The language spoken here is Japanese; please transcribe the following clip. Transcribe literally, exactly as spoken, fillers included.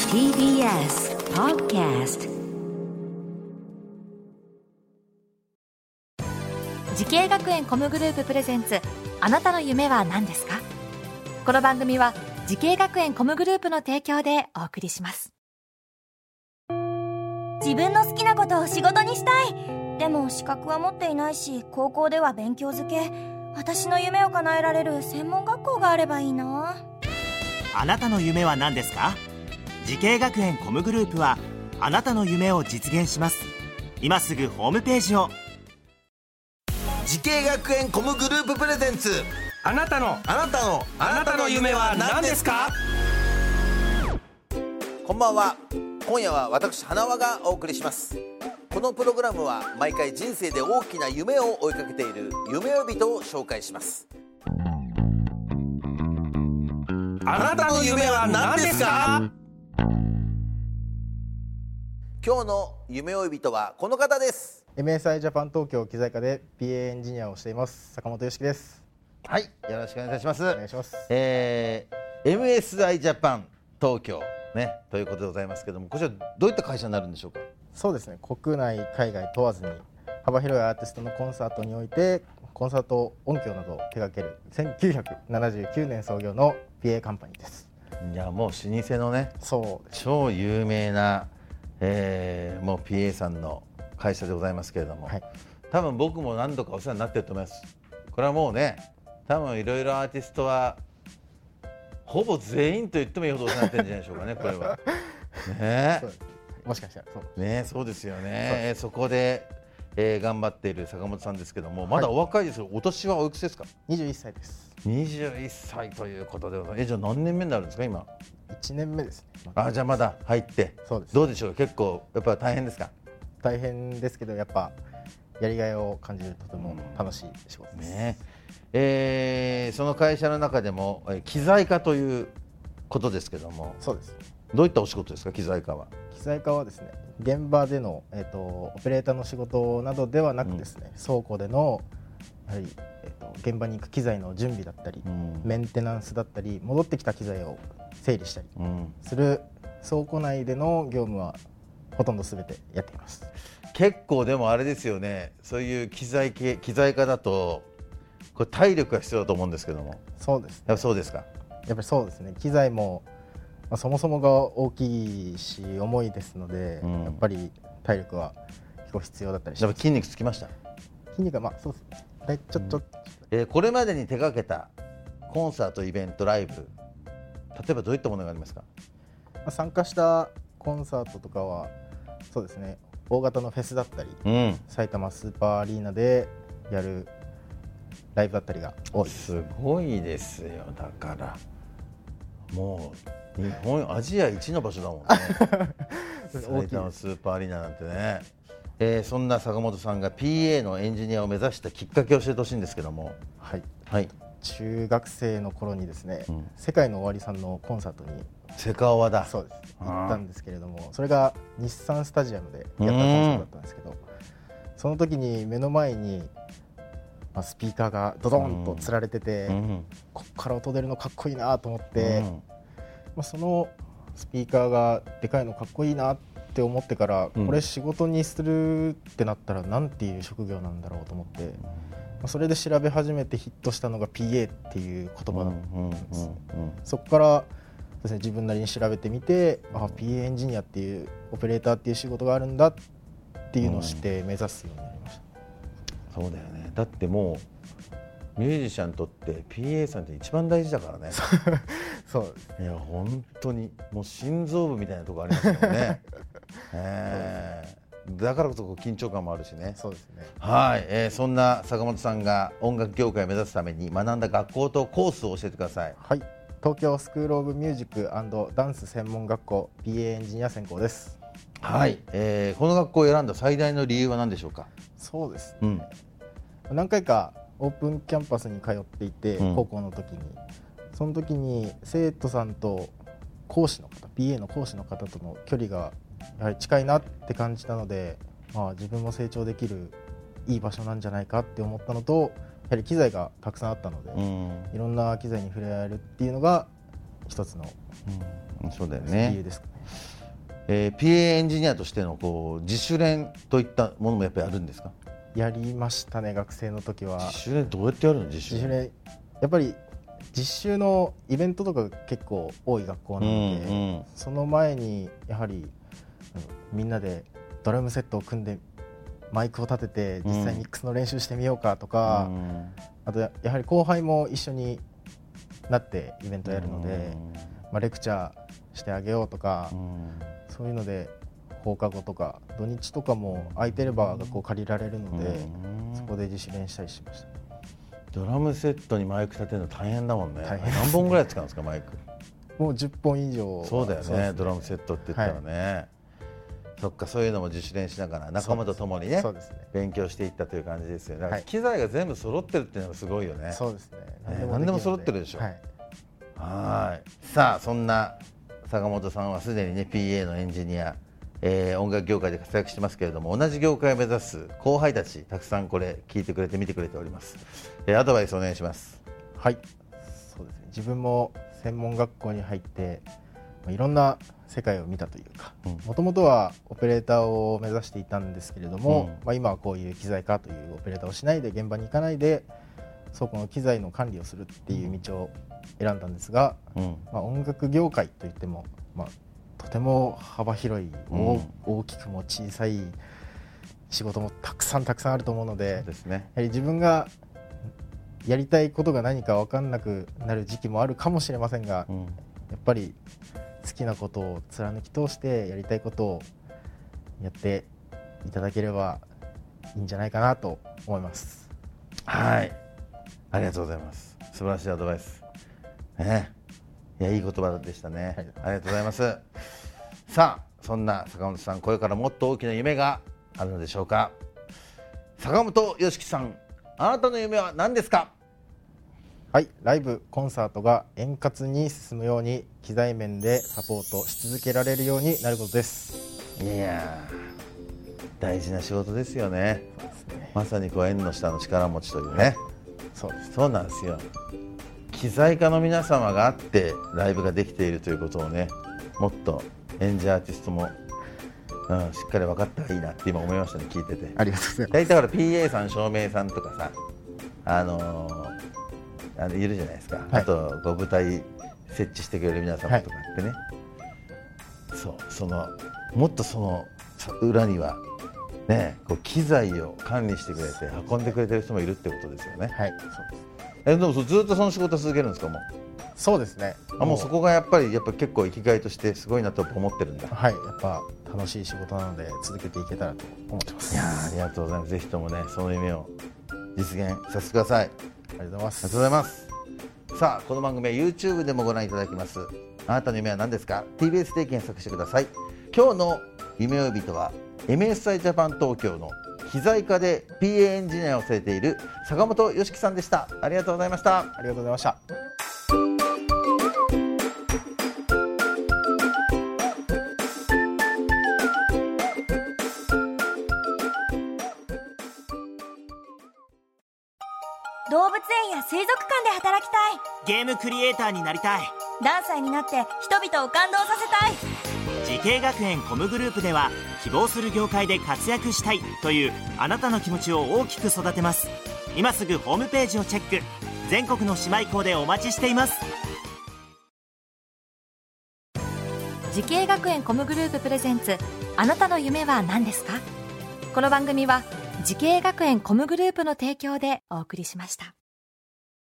ティービーエス Podcast。 時系学園コムグループプレゼンツ、あなたの夢は何ですか？この番組は時系学園コムグループの提供でお送りします。 自分の好きなことを仕事にしたい。でも資格は持っていないし、高校では勉強づけ。私の夢を叶えられる専門学校があればいいな。 あなたの夢は何ですか？時系学園コムグループはあなたの夢を実現します。今すぐホームページを。 時系学園コムグループプレゼンツ、 あなたのあなたのあなたの夢は何ですか？ こんばんは。今夜は私花輪がお送りします。このプログラムは毎回人生で大きな夢を追いかけている夢追い人を紹介します。 あなたの夢は何ですか？ 今日の夢追い人はこの方です。 エムエスアイ ジャパン東京機材科で ピーエー エンジニアをしています坂本良樹です。 はい、よろしくお願いいたします。 お願いします。 えー、エムエスアイ ジャパン東京ね、ということでございますけども、こちらどういった会社になるんでしょうか？ そうですね、国内海外問わずに幅広いアーティストのコンサートにおいてコンサート音響などを手掛けるせんきゅうひゃくななじゅうきゅうねん創業の ピーエー カンパニーです。 いや、もう老舗のね、 そうです。 超有名な、えー、もう ピーエー さんの会社でございますけれども、はい、多分僕も何度かお世話になってると思います。これはもうね、多分いろいろアーティストはほぼ全員と言ってもいいほどお世話になってるんじゃないでしょうかね、これはね。 そうです、もしかしたらそうね、そうですよね。そこで、えー、頑張っている坂本さんですけども、まだお若いですけど、はい、お年はおいくつですか？ にじゅういっさいです。 にじゅういっさいということで、えじゃあ何年目になるんですか今？ いちねんめですね。 あ、じゃあまだ入って。 そうです。 どうでしょう、結構やっぱ大変ですか？ 大変ですけど、やっぱやりがいを感じるとても楽しい仕事です、 ね。えー、その会社の中でも、えー、機材科ということですけども。 そうです。 どういったお仕事ですか、機材科は？ 機材科はですね、現場での、えーと、オペレーターの仕事などではなくですね、うん、倉庫でのやはり、えーと、現場に行く機材の準備だったり、うん、メンテナンスだったり、戻ってきた機材を整理したりする、うん、倉庫内での業務はほとんど全てやっています。 結構でもあれですよね、そういう機材系、機材科だとこれ体力が必要だと思うんですけども。 そうですね。 やっぱそうですか？ やっぱりそうですね。機材も、まあ、そもそもが大きいし重いですので、うん、やっぱり体力は結構必要だったりします。 やっぱ筋肉つきました？ 筋肉はまあそうですね、ちょっと、うん、 えー、これまでに手掛けたコンサート、イベント、ライブ、例えばどういったものがありますか？ まあ、参加したコンサートとかはそうですね、大型のフェスだったり、うん、埼玉スーパーアリーナでやるライブだったりが多いです。 すごいですよ。だからもう日本アジア一の場所だもんね埼玉スーパーアリーナなんてね。えー、そんな坂本さんが ピーエー のエンジニアを目指したきっかけを教えてほしいんですけども。 はい、 はい、 中学生の頃にですね、うん、世界の終わりさんのコンサートにセカオワだ。 そうです、行ったんですけれども、それが日産スタジアムでやったコンサートだったんですけど、その時に目の前に、まあ、スピーカーがドドンとつられてて、うん、こっから音出るのかっこいいなと思って、うん、まあ、そのスピーカーがでかいのかっこいいなって思ってから、うん、これ仕事にするってなったらなんていう職業なんだろうと思って、まあ、それで調べ始めてヒットしたのが ピーエー っていう言葉だったんです。そこからですね、自分なりに調べてみて、あ ピーエー エンジニアっていうオペレーターっていう仕事があるんだっていうのを知って目指すようになりました、 うん、そうだよね。だってもうミュージシャンにとって ピーエー さんって一番大事だからねそうです。 いや本当にもう心臓部みたいなところありますよねえー、だからこそ緊張感もあるしね。 そうですね。 はい、えー、そんな坂本さんが音楽業界を目指すために学んだ学校とコースを教えてください。 はい、東京スクールオブミュージック&ダンス専門学校 ピーエー エンジニア専攻です。 はい、えー、この学校を選んだ最大の理由は何でしょうか？ そうですね、うん、何回かオープンキャンパスに通っていて、うん、高校の時にその時に生徒さんと講師の方 ピーエー の講師の方との距離がやはり近いなって感じたので、まあ、自分も成長できるいい場所なんじゃないかって思ったのと、やはり機材がたくさんあったので、うん、いろんな機材に触れられるっていうのが一つの、 うん、そうだよ理ね由ですかね。 えー、ピーエー エンジニアとしてのこう自主練といったものもやっぱりあるんですか？ やりましたね、学生の時は。 自主練どうやってやるの？自主練自主練やっぱり実習のイベントとか結構多い学校なので、 うんうん、 その前にやはりみんなでドラムセットを組んでマイクを立てて実際ミックスの練習してみようかとか、うん、あとやはり後輩も一緒になってイベントやるので、うんまあ、レクチャーしてあげようとか、うん、そういうので放課後とか土日とかも空いてれば学校借りられるので、うん、そこで自主練したりしました。 ドラムセットにマイク立てるの大変だもんね。何本ぐらい使うんですかマイク？ もうじゅっぽん以上。 そうだよ ね, ねドラムセットって言ったらね、はい、そっかそういうのも自主練しながら仲間と共に ね, そうですね勉強していったという感じですよね。だから機材が全部揃ってるっていうのがすごいよね。 そうですね、 えー、何でも揃ってるでしょ。 はい、 はいさあそんな坂本さんはすでにね ピーエー のエンジニア、えー、音楽業界で活躍してますけれども、同じ業界を目指す後輩たちたくさんこれ聞いてくれて見てくれております。えー、アドバイスお願いします。 はい、そうですね、自分も専門学校に入っていろんな世界を見たというか、もともとはオペレーターを目指していたんですけれども、うんまあ、今はこういう機材化というオペレーターをしないで現場に行かないでそこの機材の管理をするっていう道を選んだんですが、うんまあ、音楽業界といっても、まあ、とても幅広い、うん、大きくも小さい仕事もたくさんたくさんあると思うの で, です、ね、 やはり自分がやりたいことが何か分かんなくなる時期もあるかもしれませんが、うん、やっぱり好きなことを貫き通してやりたいことをやっていただければいいんじゃないかなと思います。 はい、ありがとうございます。素晴らしいアドバイス、ね、いやいい言葉でしたね、はい、ありがとうございます。さあそんな坂本さん、これからもっと大きな夢があるのでしょうか。坂本良樹さん、あなたの夢は何ですか？ はい、ライブコンサートが円滑に進むように機材面でサポートし続けられるようになることです。 いや大事な仕事ですよ ね, そうですねまさにこう縁の下の力持ちというね、はい、そうです、そうなんですよ。機材家の皆様があってライブができているということをね、もっと演者アーティストも、うん、しっかり分かったらいいなって今思いましたね、聞いてて。 ありがとうございます。 大体から ピーエー さん、照明さんとかさ、あのー、あのいるじゃないですか、はい、あとこう舞台設置してくれる皆様とかってね、はい、そうそのもっとその裏にはね、こう機材を管理してくれて運んでくれてる人もいるってことですよね。 はい、そうです。 えでもずっとその仕事続けるんですか？もうそうですね。 あもうそこがやっぱりやっぱ結構生きがいとしてすごいなと思ってるんだ。 はい、やっぱ楽しい仕事なので続けていけたらと思ってます。 いやありがとうございます。ぜひともねその夢を実現させてください。 ありがとうございます。 ありがとうございます。さあこの番組は YouTube でもご覧いただきます。あなたの夢は何ですか？ ティービーエス で検索してください。今日の夢呼びとは エムエスアイ ジャパン東京の機材科で ピーエー エンジニアをされている坂本良樹さんでした。ありがとうございました。 ありがとうございました。 動物園や水族館で働きたい。 ゲームクリエイターになりたい。 何歳になって人々を感動させたい。 時系学園コムグループでは希望する業界で活躍したいというあなたの気持ちを大きく育てます。今すぐホームページをチェック。全国の姉妹校でお待ちしています。 時系学園コムグループプレゼンツ、あなたの夢は何ですか？この番組は時系学園コムグループの提供でお送りしました。